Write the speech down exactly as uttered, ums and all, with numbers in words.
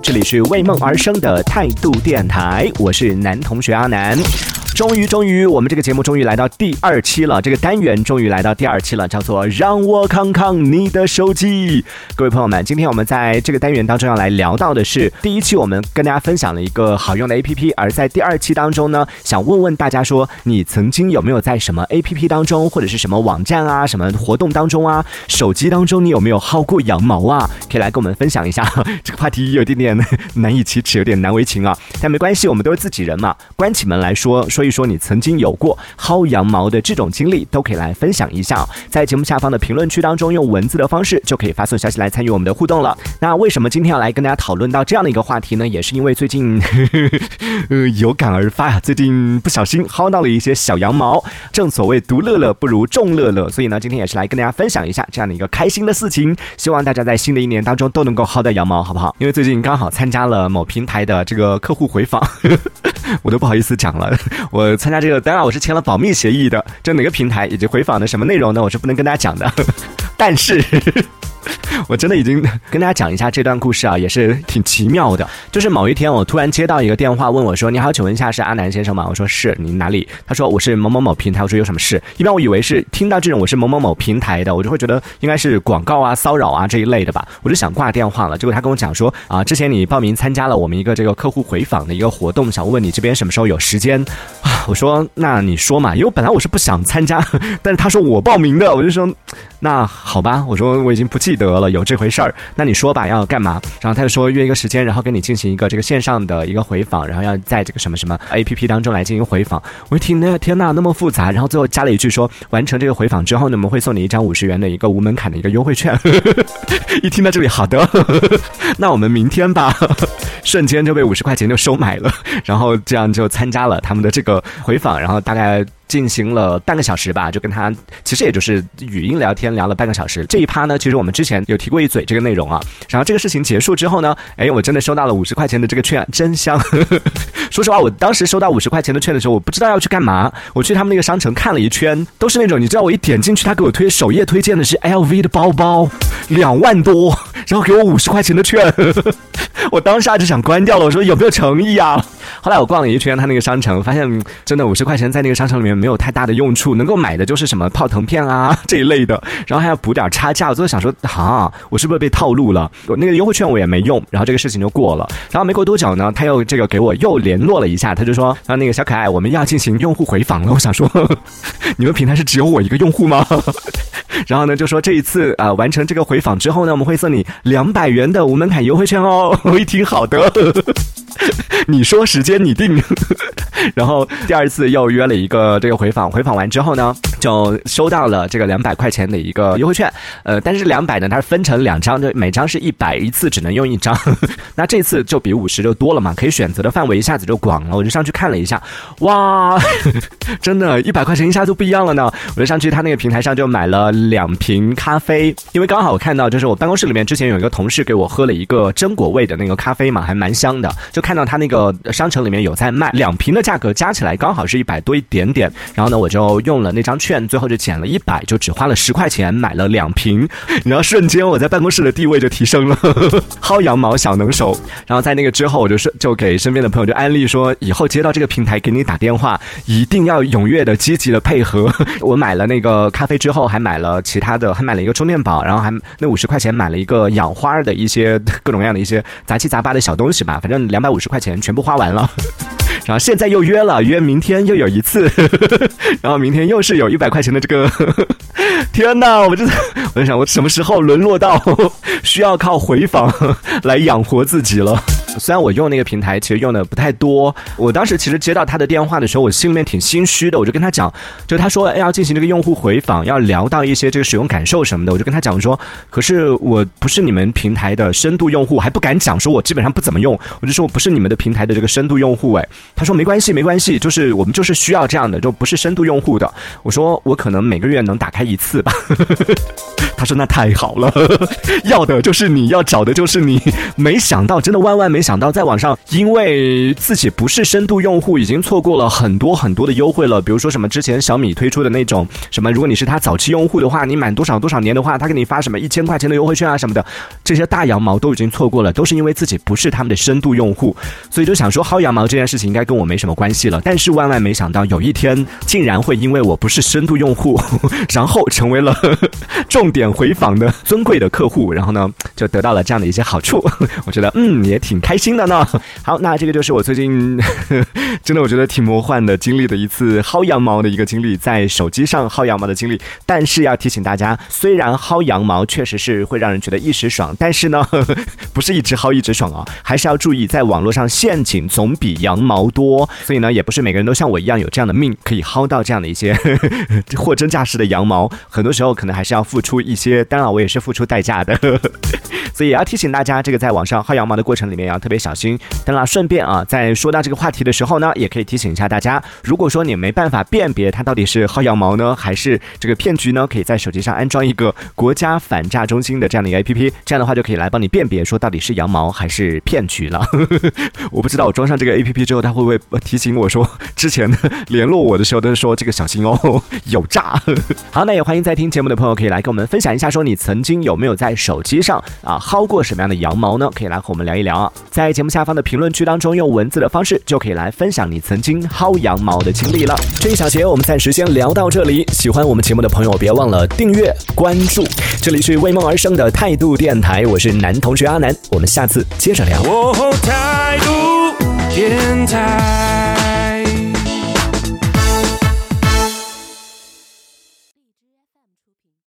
这里是为梦而生的态度电台，我是男同学阿南。终于终于我们这个节目终于来到第二期了，这个单元终于来到第二期了，叫做让我看看你的手机。各位朋友们，今天我们在这个单元当中要来聊到的是，第一期我们跟大家分享了一个好用的 A P P， 而在第二期当中呢，想问问大家说，你曾经有没有在什么 A P P 当中，或者是什么网站啊，什么活动当中啊，手机当中你有没有薅过羊毛啊？可以来跟我们分享一下。这个话题有一点点难以启齿，有点难为情啊，但没关系，我们都是自己人嘛，关起门来说说一说你曾经有过薅羊毛的这种经历，都可以来分享一下。在节目下方的评论区当中，用文字的方式就可以发送消息来参与我们的互动了。那为什么今天要来跟大家讨论到这样的一个话题呢？也是因为最近呵呵、呃、有感而发呀，最近不小心薅到了一些小羊毛。正所谓独乐乐不如众乐乐，所以呢，今天也是来跟大家分享一下这样的一个开心的事情。希望大家在新的一年当中都能够薅到羊毛，好不好？因为最近刚好参加了某平台的这个客户回访。我都不好意思讲了，我参加这个，当然我是签了保密协议的，这哪个平台以及回访的什么内容呢，我是不能跟大家讲的。但是我真的已经跟大家讲一下这段故事啊，也是挺奇妙的。就是某一天我突然接到一个电话，问我说：“你好，请问一下是阿南先生吗？”我说：“是，你哪里？”他说：“我是某某某平台。”我说：“有什么事？”一般我以为是听到这种我是某某某平台的，我就会觉得应该是广告啊、骚扰啊这一类的吧，我就想挂电话了。结果他跟我讲说：“啊，之前你报名参加了我们一个这个客户回访的一个活动，想问你这边什么时候有时间啊？”我说：“那你说嘛，因为本来我是不想参加，但是他说我报名的，我就说那好吧，我说我已经不记得了有这回事儿，那你说吧，要干嘛？”然后他就说约一个时间，然后跟你进行一个这个线上的一个回访，然后要在这个什么什么 A P P 当中来进行回访。我一听呢，天哪，那么复杂，然后最后加了一句说，完成这个回访之后呢，我们会送你一张五十元的一个无门槛的一个优惠券。一听到这里，好的，那我们明天吧。瞬间就被五十块钱就收买了，然后这样就参加了他们的这个回访，然后大概进行了半个小时吧，就跟他其实也就是语音聊天聊了半个小时。这一趴呢，其实我们之前有提过一嘴这个内容啊。然后这个事情结束之后呢，哎，我真的收到了五十块钱的这个券，真香。说实话，我当时收到五十块钱的券的时候，我不知道要去干嘛。我去他们那个商城看了一圈，都是那种你知道，我一点进去，他给我推首页推荐的是 L V 的包包，两万多，然后给我五十块钱的券。我当下就想关掉了，我说有没有诚意啊？后来我逛了一圈他那个商城，发现真的五十块钱在那个商城里面没有太大的用处，能够买的就是什么泡腾片啊这一类的，然后还要补点差价。我就想说啊，我是不是被套路了？我那个优惠券我也没用，然后这个事情就过了。然后没过多久呢，他又这个给我又联络了一下，他就说啊，那个小可爱，我们要进行用户回访了。我想说，你们平台是只有我一个用户吗？然后呢，就说这一次啊、呃，完成这个回访之后呢，我们会送你两百元的无门槛优惠券哦。我一听，好的。你说时间你定。然后第二次又约了一个这个回访，回访完之后呢，就收到了这个两百块钱的一个优惠券。呃，但是两百呢，它是分成两张，就每张是一百，一次只能用一张。那这次就比五十就多了嘛，可以选择的范围一下子就广了。我就上去看了一下，哇，真的，一百块钱一下就不一样了呢。我就上去他那个平台上就买了两瓶咖啡，因为刚好我看到就是我办公室里面之前有一个同事给我喝了一个榛果味的那个咖啡嘛，还蛮香的，就看到他那个商城里面有在卖，两瓶的价格加起来刚好是一百多一点点。然后呢，我就用了那张券，最后就减了一百，就只花了十块钱买了两瓶。然后瞬间我在办公室的地位就提升了，薅羊毛小能手。然后在那个之后，我就就给身边的朋友就安利说，以后接到这个平台给你打电话，一定要踊跃的、积极的配合。我买了那个咖啡之后，还买了其他的，还买了一个充电宝，然后还那五十块钱买了一个养花的一些各种各样的一些杂七杂八的小东西吧，反正两百五十块钱全部花完了。然后现在又约了，约明天又有一次，然后明天又是有一百块钱的这个，天哪！我真的，我在想，我什么时候沦落到需要靠回访来养活自己了？虽然我用那个平台其实用的不太多，我当时其实接到他的电话的时候，我心里面挺心虚的，我就跟他讲，就他说要进行这个用户回访，要聊到一些这个使用感受什么的，我就跟他讲说，可是我不是你们平台的深度用户，还不敢讲说我基本上不怎么用，我就说我不是你们的平台的这个深度用户。哎， 他说没关系没关系，就是我们就是需要这样的，就不是深度用户的。我说我可能每个月能打开一次吧。他说那太好了，要的就是你，要找的就是你。没想到，真的万万没想到，在网上因为自己不是深度用户，已经错过了很多很多的优惠了。比如说什么之前小米推出的那种什么，如果你是他早期用户的话，你满多少多少年的话，他给你发什么一千块钱的优惠券啊什么的，这些大羊毛都已经错过了，都是因为自己不是他们的深度用户，所以就想说薅羊毛这件事情应该跟我没什么关系了。但是万万没想到，有一天竟然会因为我不是深度用户，然后成为了重点回访的尊贵的客户，然后呢就得到了这样的一些好处，我觉得嗯也挺开心的呢。好，那这个就是我最近真的我觉得挺魔幻的经历的一次薅羊毛的一个经历，在手机上薅羊毛的经历。但是要提醒大家，虽然薅羊毛确实是会让人觉得一时爽，但是呢不是一直薅一直爽啊，还是要注意在网络上陷阱总比羊毛多，所以呢也不是每个人都像我一样有这样的命可以薅到这样的一些货真价实的羊毛，很多时候可能还是要付出一些，当然我也是付出代价的所以也要提醒大家，这个在网上薅羊毛的过程里面要特别小心。当然顺便啊，在说到这个话题的时候呢，也可以提醒一下大家，如果说你没办法辨别它到底是薅羊毛呢还是这个骗局呢，可以在手机上安装一个国家反诈中心的这样的一个 A P P， 这样的话就可以来帮你辨别说到底是羊毛还是骗局了我不知道我装上这个 A P P 之后，它会不会提醒我说之前联络我的时候都是说这个小心哦有诈好，那也欢迎在听节目的朋友可以来跟我们分享一下，说你曾经有没有在手机上啊薅过什么样的羊毛呢？可以来和我们聊一聊啊，在节目下方的评论区当中用文字的方式就可以来分享你曾经薅羊毛的经历了。这一小节我们暂时先聊到这里，喜欢我们节目的朋友别忘了订阅关注，这里是为梦而生的态度电台，我是男同学阿南，我们下次接着聊。哦，态度电台。